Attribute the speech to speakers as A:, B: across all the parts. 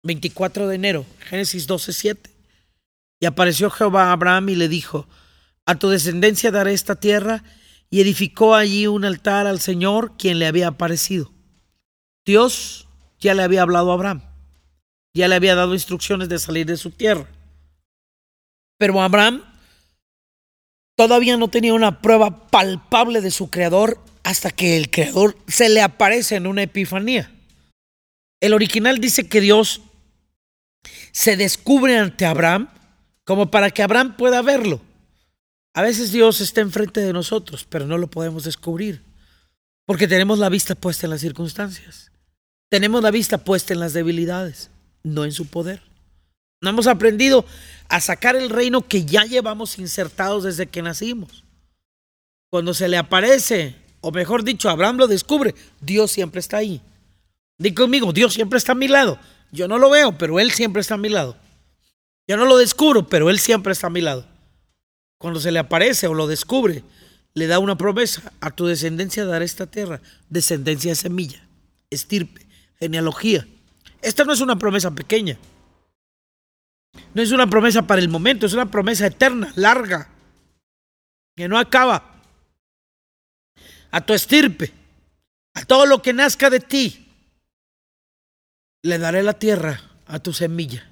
A: 24 de enero, Génesis 12:7. Y apareció Jehová a Abraham y le dijo: a tu descendencia daré esta tierra. Y edificó allí un altar al Señor, quien le había aparecido. Dios ya le había hablado a Abraham, ya le había dado instrucciones de salir de su tierra. Pero Abraham todavía no tenía una prueba palpable de su creador hasta que el creador se le aparece en una epifanía. El original dice que Dios se descubre ante Abraham como para que Abraham pueda verlo. A veces Dios está enfrente de nosotros, pero no lo podemos descubrir, porque tenemos la vista puesta en las circunstancias. Tenemos la vista puesta en las debilidades, no en su poder. No hemos aprendido a sacar el reino que ya llevamos insertados desde que nacimos. Cuando se le aparece, o mejor dicho, Abraham lo descubre, Dios siempre está ahí. Di conmigo, Dios siempre está a mi lado. Yo no lo veo, pero Él siempre está a mi lado. Yo no lo descubro, pero Él siempre está a mi lado. Cuando se le aparece o lo descubre, le da una promesa: a tu descendencia daré esta tierra. Descendencia de semilla, estirpe, genealogía. Esta no es una promesa pequeña. No es una promesa para el momento, es una promesa eterna, larga, que no acaba. A tu estirpe, a todo lo que nazca de ti, le daré la tierra a tu semilla.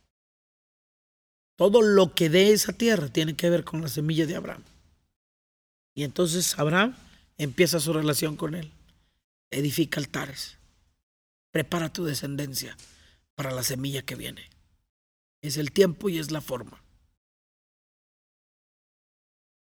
A: Todo lo que dé esa tierra tiene que ver con la semilla de Abraham. Y entonces Abraham empieza su relación con él. Edifica altares. Prepara tu descendencia para la semilla que viene. Es el tiempo y es la forma.